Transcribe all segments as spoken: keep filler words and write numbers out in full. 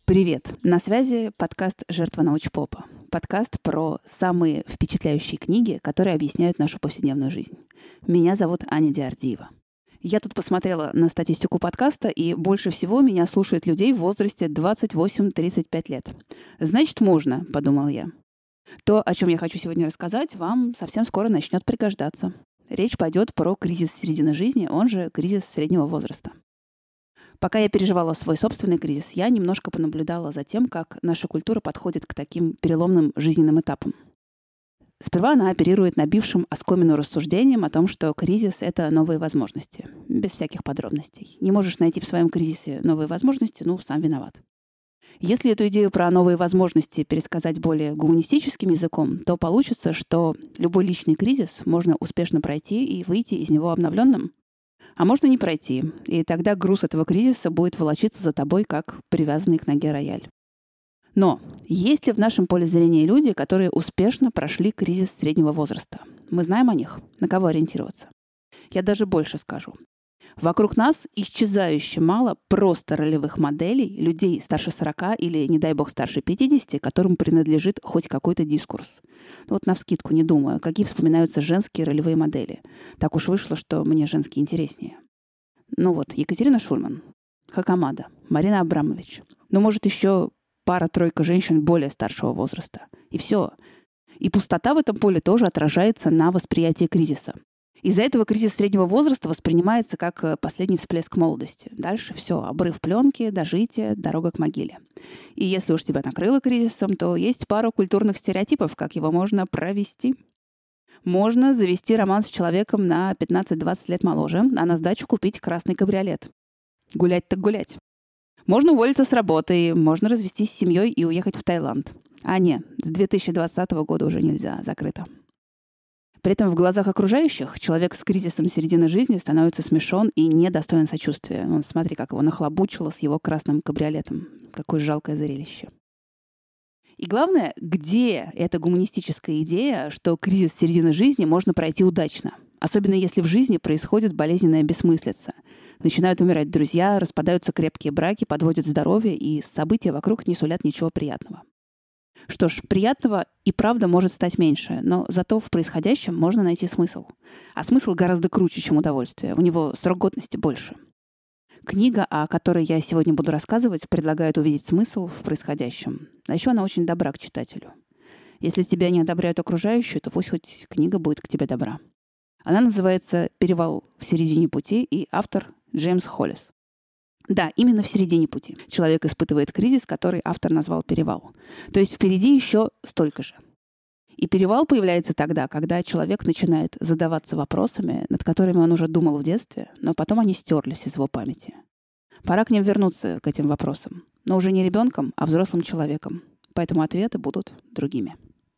Привет! На связи подкаст «Жертва научпопа». Подкаст про самые впечатляющие книги, которые объясняют нашу повседневную жизнь. Меня зовут Аня Диардиева. Я тут посмотрела на статистику подкаста, и больше всего меня слушают людей в возрасте двадцать восемь - тридцать пять лет. Значит, можно, подумала я. То, о чем я хочу сегодня рассказать, вам совсем скоро начнет пригождаться. Речь пойдет про кризис середины жизни, он же кризис среднего возраста. Пока я переживала свой собственный кризис, я немножко понаблюдала за тем, как наша культура подходит к таким переломным жизненным этапам. Сперва она оперирует набившим оскомину рассуждением о том, что кризис — это новые возможности, без всяких подробностей. Не можешь найти в своем кризисе новые возможности, ну, сам виноват. Если эту идею про новые возможности пересказать более гуманистическим языком, то получится, что любой личный кризис можно успешно пройти и выйти из него обновленным. А можно не пройти, и тогда груз этого кризиса будет волочиться за тобой, как привязанный к ноге рояль. Но есть ли в нашем поле зрения люди, которые успешно прошли кризис среднего возраста? Мы знаем о них, на кого ориентироваться. Я даже больше скажу. Вокруг нас исчезающе мало просто ролевых моделей, людей старше сорока или, не дай бог, старше пятидесяти, которым принадлежит хоть какой-то дискурс. Вот навскидку не думаю, какие вспоминаются женские ролевые модели. Так уж вышло, что мне женские интереснее. Ну вот, Екатерина Шульман, Хакамада, Марина Абрамович. Ну, может, еще пара-тройка женщин более старшего возраста. И все. И пустота в этом поле тоже отражается на восприятии кризиса. Из-за этого кризис среднего возраста воспринимается как последний всплеск молодости. Дальше все, обрыв пленки, дожитие, дорога к могиле. И если уж тебя накрыло кризисом, то есть пару культурных стереотипов, как его можно провести. Можно завести роман с человеком на пятнадцать-двадцать лет моложе, а на сдачу купить красный кабриолет. Гулять так гулять. Можно уволиться с работы, можно развестись с семьей и уехать в Таиланд. А не, с две тысячи двадцатого года уже нельзя, закрыто. При этом в глазах окружающих человек с кризисом середины жизни становится смешон и недостоин сочувствия. Вон, смотри, как его нахлобучило с его красным кабриолетом. Какое жалкое зрелище. И главное, где эта гуманистическая идея, что кризис середины жизни можно пройти удачно? Особенно если в жизни происходит болезненная бессмыслица. Начинают умирать друзья, распадаются крепкие браки, подводят здоровье, и события вокруг не сулят ничего приятного. Что ж, приятного и правда может стать меньше, но зато в происходящем можно найти смысл. А смысл гораздо круче, чем удовольствие. У него срок годности больше. Книга, о которой я сегодня буду рассказывать, предлагает увидеть смысл в происходящем. А еще она очень добра к читателю. Если тебя не одобряют окружающие, то пусть хоть книга будет к тебе добра. Она называется «Перевал в середине пути», и автор Джеймс Холлис. Да, именно в середине пути. Человек испытывает кризис, который автор назвал перевал. То есть впереди еще столько же. И перевал появляется тогда, когда человек начинает задаваться вопросами, над которыми он уже думал в детстве, но потом они стерлись из его памяти. Пора к ним вернуться, к этим вопросам. Но уже не ребенком, а взрослым человеком. Поэтому ответы будут другими.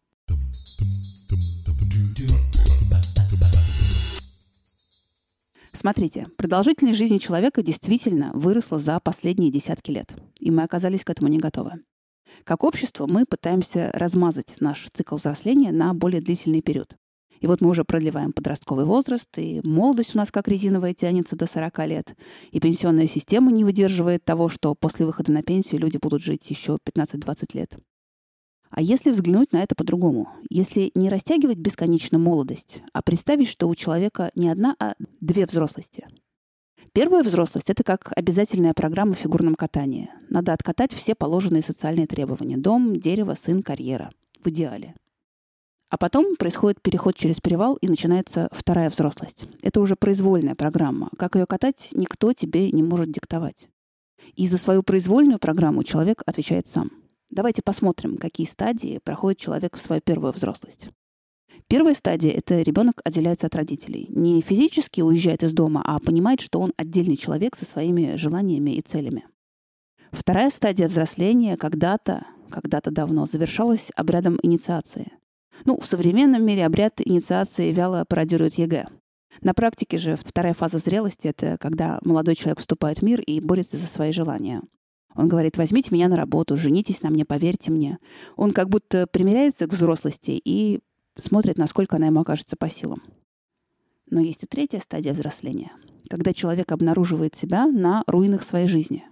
Смотрите, продолжительность жизни человека действительно выросла за последние десятки лет, и мы оказались к этому не готовы. Как общество мы пытаемся размазать наш цикл взросления на более длительный период. И вот мы уже продлеваем подростковый возраст, и молодость у нас как резиновая тянется до сорока лет, и пенсионная система не выдерживает того, что после выхода на пенсию люди будут жить еще пятнадцать-двадцать лет. А если взглянуть на это по-другому? Если не растягивать бесконечно молодость, а представить, что у человека не одна, а две взрослости. Первая взрослость — это как обязательная программа в фигурном катании. Надо откатать все положенные социальные требования. Дом, дерево, сын, карьера. В идеале. А потом происходит переход через перевал, и начинается вторая взрослость. Это уже произвольная программа. Как ее катать, никто тебе не может диктовать. И за свою произвольную программу человек отвечает сам. Давайте посмотрим, какие стадии проходит человек в свою первую взрослость. Первая стадия — это ребенок отделяется от родителей. Не физически уезжает из дома, а понимает, что он отдельный человек со своими желаниями и целями. Вторая стадия взросления когда-то, когда-то давно завершалась обрядом инициации. Ну, в современном мире обряд инициации вяло пародирует ЕГЭ. На практике же вторая фаза зрелости — это когда молодой человек вступает в мир и борется за свои желания. Он говорит: возьмите меня на работу, женитесь на мне, поверьте мне. Он как будто примиряется к взрослости и смотрит, насколько она ему окажется по силам. Но есть и третья стадия взросления, когда человек обнаруживает себя на руинах своей жизни.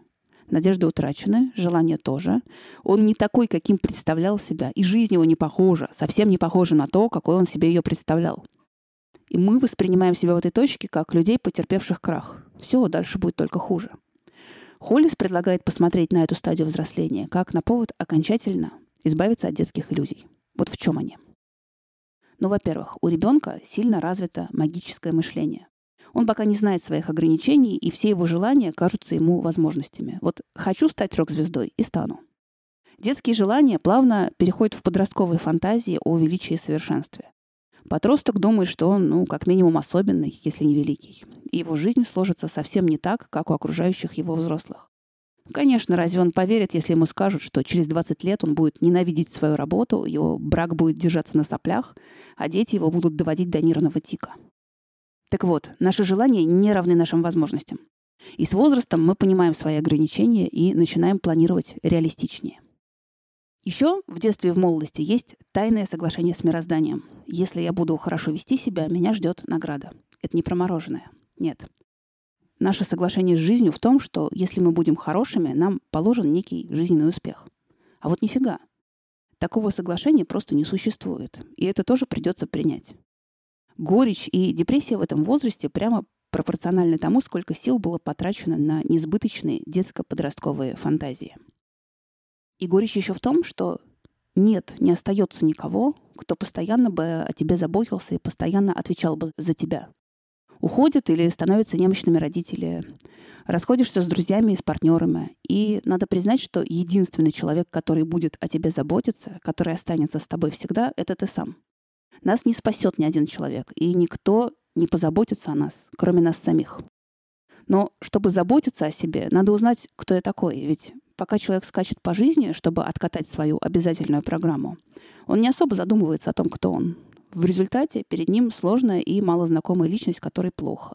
Надежды утрачены, желания тоже. Он не такой, каким представлял себя, и жизнь его не похожа, совсем не похожа на то, какой он себе ее представлял. И мы воспринимаем себя в этой точке как людей, потерпевших крах. Все, дальше будет только хуже. Холлис предлагает посмотреть на эту стадию взросления как на повод окончательно избавиться от детских иллюзий. Вот в чем они. Ну, во-первых, у ребенка сильно развито магическое мышление. Он пока не знает своих ограничений, и все его желания кажутся ему возможностями. Вот хочу стать рок-звездой и стану. Детские желания плавно переходят в подростковые фантазии о величии и совершенстве. Подросток думает, что он, ну, как минимум особенный, если не великий. И его жизнь сложится совсем не так, как у окружающих его взрослых. Конечно, разве он поверит, если ему скажут, что через двадцать лет он будет ненавидеть свою работу, его брак будет держаться на соплях, а дети его будут доводить до нервного тика? Так вот, наши желания не равны нашим возможностям. И с возрастом мы понимаем свои ограничения и начинаем планировать реалистичнее. Еще в детстве и в молодости есть тайное соглашение с мирозданием. Если я буду хорошо вести себя, меня ждет награда. Это не про мороженое. Нет. Наше соглашение с жизнью в том, что если мы будем хорошими, нам положен некий жизненный успех. А вот нифига. Такого соглашения просто не существует. И это тоже придется принять. Горечь и депрессия в этом возрасте прямо пропорциональны тому, сколько сил было потрачено на несбыточные детско-подростковые фантазии. И горечь еще в том, что нет, не остается никого, кто постоянно бы о тебе заботился и постоянно отвечал бы за тебя. Уходят или становятся немощными родители, расходишься с друзьями и с партнерами. И надо признать, что единственный человек, который будет о тебе заботиться, который останется с тобой всегда, это ты сам. Нас не спасет ни один человек, и никто не позаботится о нас, кроме нас самих. Но чтобы заботиться о себе, надо узнать, кто я такой. Ведь пока человек скачет по жизни, чтобы откатать свою обязательную программу, он не особо задумывается о том, кто он. В результате перед ним сложная и малознакомая личность, которой плохо.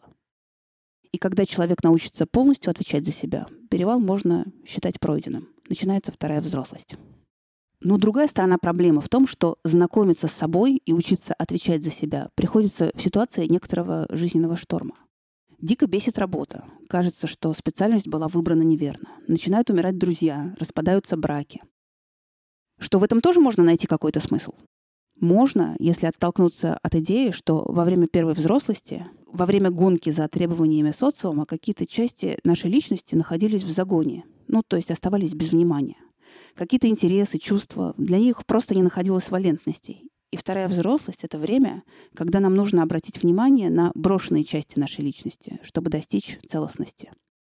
И когда человек научится полностью отвечать за себя, перевал можно считать пройденным. Начинается вторая взрослость. Но другая сторона проблемы в том, что знакомиться с собой и учиться отвечать за себя приходится в ситуации некоторого жизненного шторма. Дико бесит работа. Кажется, что специальность была выбрана неверно. Начинают умирать друзья, распадаются браки. Что в этом тоже можно найти какой-то смысл? Можно, если оттолкнуться от идеи, что во время первой взрослости, во время гонки за требованиями социума, какие-то части нашей личности находились в загоне, ну, то есть оставались без внимания. Какие-то интересы, чувства, для них просто не находилось валентностей. И вторая взрослость — это время, когда нам нужно обратить внимание на брошенные части нашей личности, чтобы достичь целостности.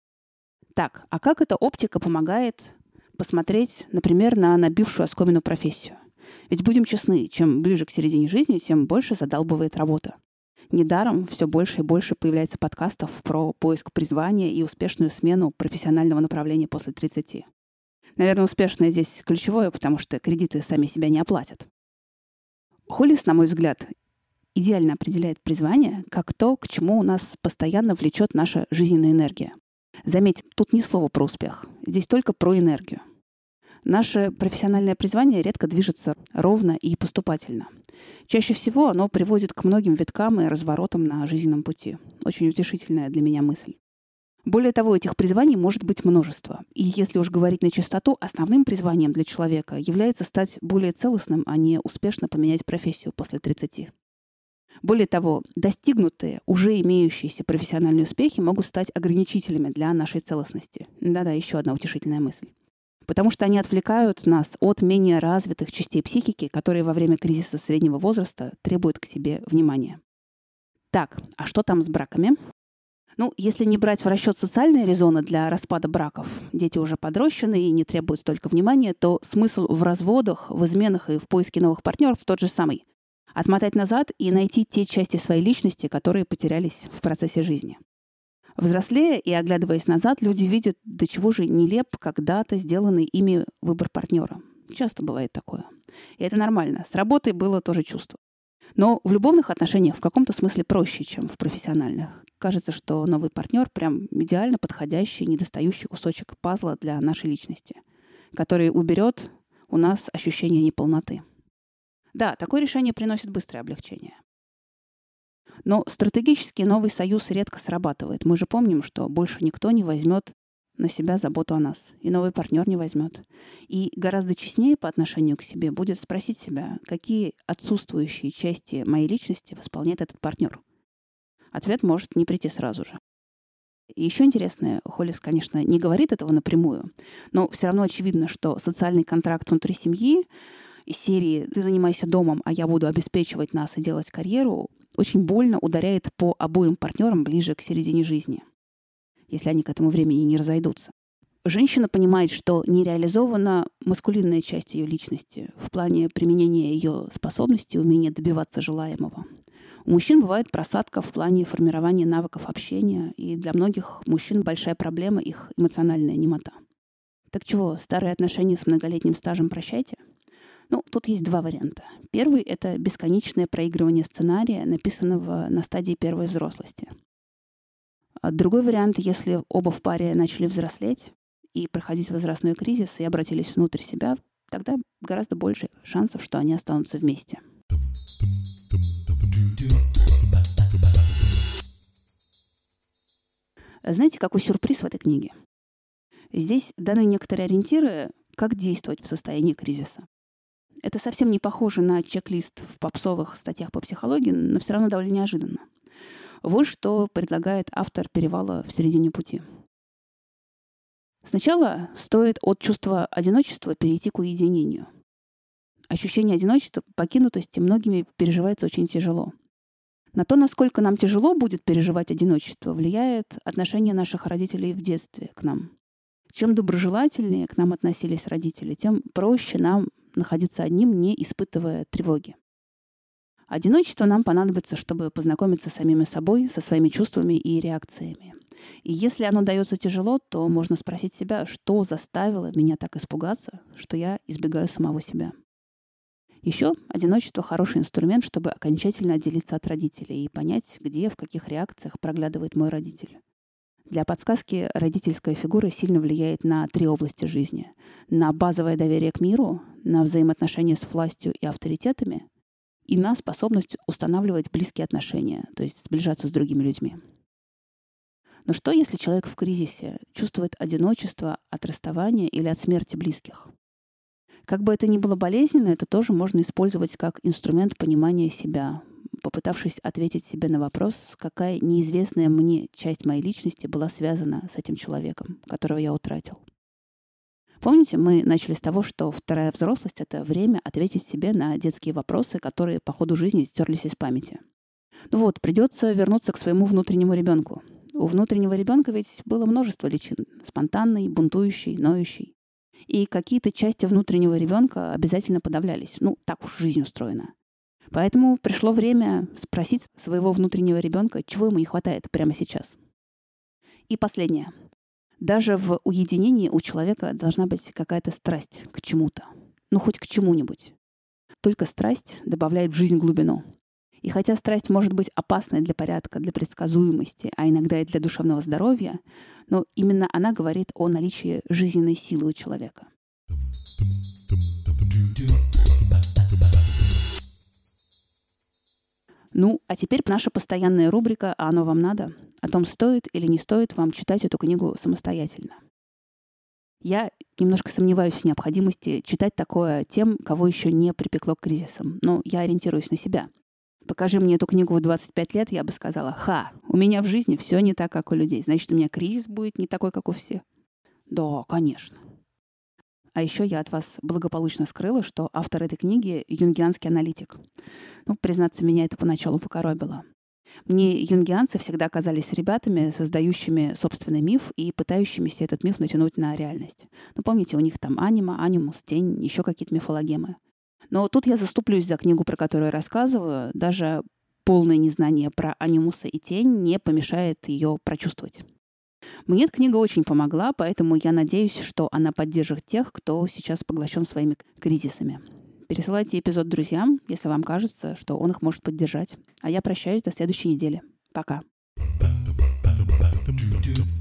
Так, а как эта оптика помогает посмотреть, например, на набившую оскомину профессию? Ведь будем честны, чем ближе к середине жизни, тем больше задалбывает работа. Недаром все больше и больше появляется подкастов про поиск призвания и успешную смену профессионального направления после тридцати. Наверное, успешное здесь ключевое, потому что кредиты сами себя не оплатят. Холлис, на мой взгляд, идеально определяет призвание как то, к чему нас постоянно влечет наша жизненная энергия. Заметь, тут ни слова про успех. Здесь только про энергию. Наше профессиональное призвание редко движется ровно и поступательно. Чаще всего оно приводит к многим виткам и разворотам на жизненном пути. Очень утешительная для меня мысль. Более того, этих призваний может быть множество. И если уж говорить на чистоту, основным призванием для человека является стать более целостным, а не успешно поменять профессию после тридцати. Более того, достигнутые, уже имеющиеся профессиональные успехи могут стать ограничителями для нашей целостности. Да-да, еще одна утешительная мысль. Потому что они отвлекают нас от менее развитых частей психики, которые во время кризиса среднего возраста требуют к себе внимания. Так, а что там с браками? Ну, если не брать в расчет социальные резоны для распада браков, дети уже подрощены и не требуют столько внимания, то смысл в разводах, в изменах и в поиске новых партнеров тот же самый. Отмотать назад и найти те части своей личности, которые потерялись в процессе жизни. Взрослея и оглядываясь назад, люди видят, до чего же нелеп когда-то сделанный ими выбор партнера. Часто бывает такое. И это нормально. С работой было тоже чувство. Но в любовных отношениях в каком-то смысле проще, чем в профессиональных. Кажется, что новый партнер прям идеально подходящий, недостающий кусочек пазла для нашей личности, который уберет у нас ощущение неполноты. Да, такое решение приносит быстрое облегчение. Но стратегически новый союз редко срабатывает. Мы же помним, что больше никто не возьмет на себя заботу о нас, и новый партнер не возьмет. И гораздо честнее по отношению к себе будет спросить себя, какие отсутствующие части моей личности восполняет этот партнер. Ответ может не прийти сразу же. И еще интересное, Холлис, конечно, не говорит этого напрямую, но все равно очевидно, что социальный контракт внутри семьи из серии «ты занимайся домом, а я буду обеспечивать нас и делать карьеру» очень больно ударяет по обоим партнерам ближе к середине жизни, если они к этому времени не разойдутся. Женщина понимает, что не реализована маскулинная часть ее личности в плане применения ее способностей, умения добиваться желаемого. У мужчин бывает просадка в плане формирования навыков общения, и для многих мужчин большая проблема — их эмоциональная немота. Так чего, старые отношения с многолетним стажем прощайте? Ну, тут есть два варианта. Первый — это бесконечное проигрывание сценария, написанного на стадии первой взрослости. А другой вариант, если оба в паре начали взрослеть и проходить возрастной кризис и обратились внутрь себя, тогда гораздо больше шансов, что они останутся вместе. Знаете, какой сюрприз в этой книге? Здесь даны некоторые ориентиры, как действовать в состоянии кризиса. Это совсем не похоже на чек-лист в попсовых статьях по психологии, но все равно довольно неожиданно. Вот что предлагает автор «Перевала в середине пути». Сначала стоит от чувства одиночества перейти к уединению. Ощущение одиночества, покинутости многими переживается очень тяжело. На то, насколько нам тяжело будет переживать одиночество, влияет отношение наших родителей в детстве к нам. Чем доброжелательнее к нам относились родители, тем проще нам находиться одним, не испытывая тревоги. Одиночество нам понадобится, чтобы познакомиться с самими собой, со своими чувствами и реакциями. И если оно дается тяжело, то можно спросить себя, что заставило меня так испугаться, что я избегаю самого себя. Еще одиночество — хороший инструмент, чтобы окончательно отделиться от родителей и понять, где, в каких реакциях проглядывает мой родитель. Для подсказки родительская фигура сильно влияет на три области жизни. На базовое доверие к миру, на взаимоотношения с властью и авторитетами и на способность устанавливать близкие отношения, то есть сближаться с другими людьми. Но что, если человек в кризисе чувствует одиночество от расставания или от смерти близких? Как бы это ни было болезненно, это тоже можно использовать как инструмент понимания себя, попытавшись ответить себе на вопрос, какая неизвестная мне часть моей личности была связана с этим человеком, которого я утратил. Помните, мы начали с того, что вторая взрослость — это время ответить себе на детские вопросы, которые по ходу жизни стерлись из памяти. Ну вот, придется вернуться к своему внутреннему ребенку. У внутреннего ребенка ведь было множество личин — спонтанный, бунтующий, ноющий. И какие-то части внутреннего ребенка обязательно подавлялись. Ну, так уж жизнь устроена. Поэтому пришло время спросить своего внутреннего ребенка, чего ему не хватает прямо сейчас. И последнее. Даже в уединении у человека должна быть какая-то страсть к чему-то. Ну, хоть к чему-нибудь. Только страсть добавляет в жизнь глубину. И хотя страсть может быть опасной для порядка, для предсказуемости, а иногда и для душевного здоровья, но именно она говорит о наличии жизненной силы у человека. Ну, а теперь наша постоянная рубрика «А оно вам надо?» о том, стоит или не стоит вам читать эту книгу самостоятельно. Я немножко сомневаюсь в необходимости читать такое тем, кого еще не припекло к кризисам, но я ориентируюсь на себя. Покажи мне эту книгу в двадцать пять лет, я бы сказала: «Ха, у меня в жизни все не так, как у людей. Значит, у меня кризис будет не такой, как у всех». Да, конечно. А еще я от вас благополучно скрыла, что автор этой книги — юнгианский аналитик. Ну, признаться, меня это поначалу покоробило. Мне юнгианцы всегда казались ребятами, создающими собственный миф и пытающимися этот миф натянуть на реальность. Ну, помните, у них там анима, анимус, тень, еще какие-то мифологемы. Но тут я заступлюсь за книгу, про которую я рассказываю. Даже полное незнание про анимуса и тень не помешает ее прочувствовать. Мне эта книга очень помогла, поэтому я надеюсь, что она поддержит тех, кто сейчас поглощен своими кризисами. Пересылайте эпизод друзьям, если вам кажется, что он их может поддержать. А я прощаюсь до следующей недели. Пока.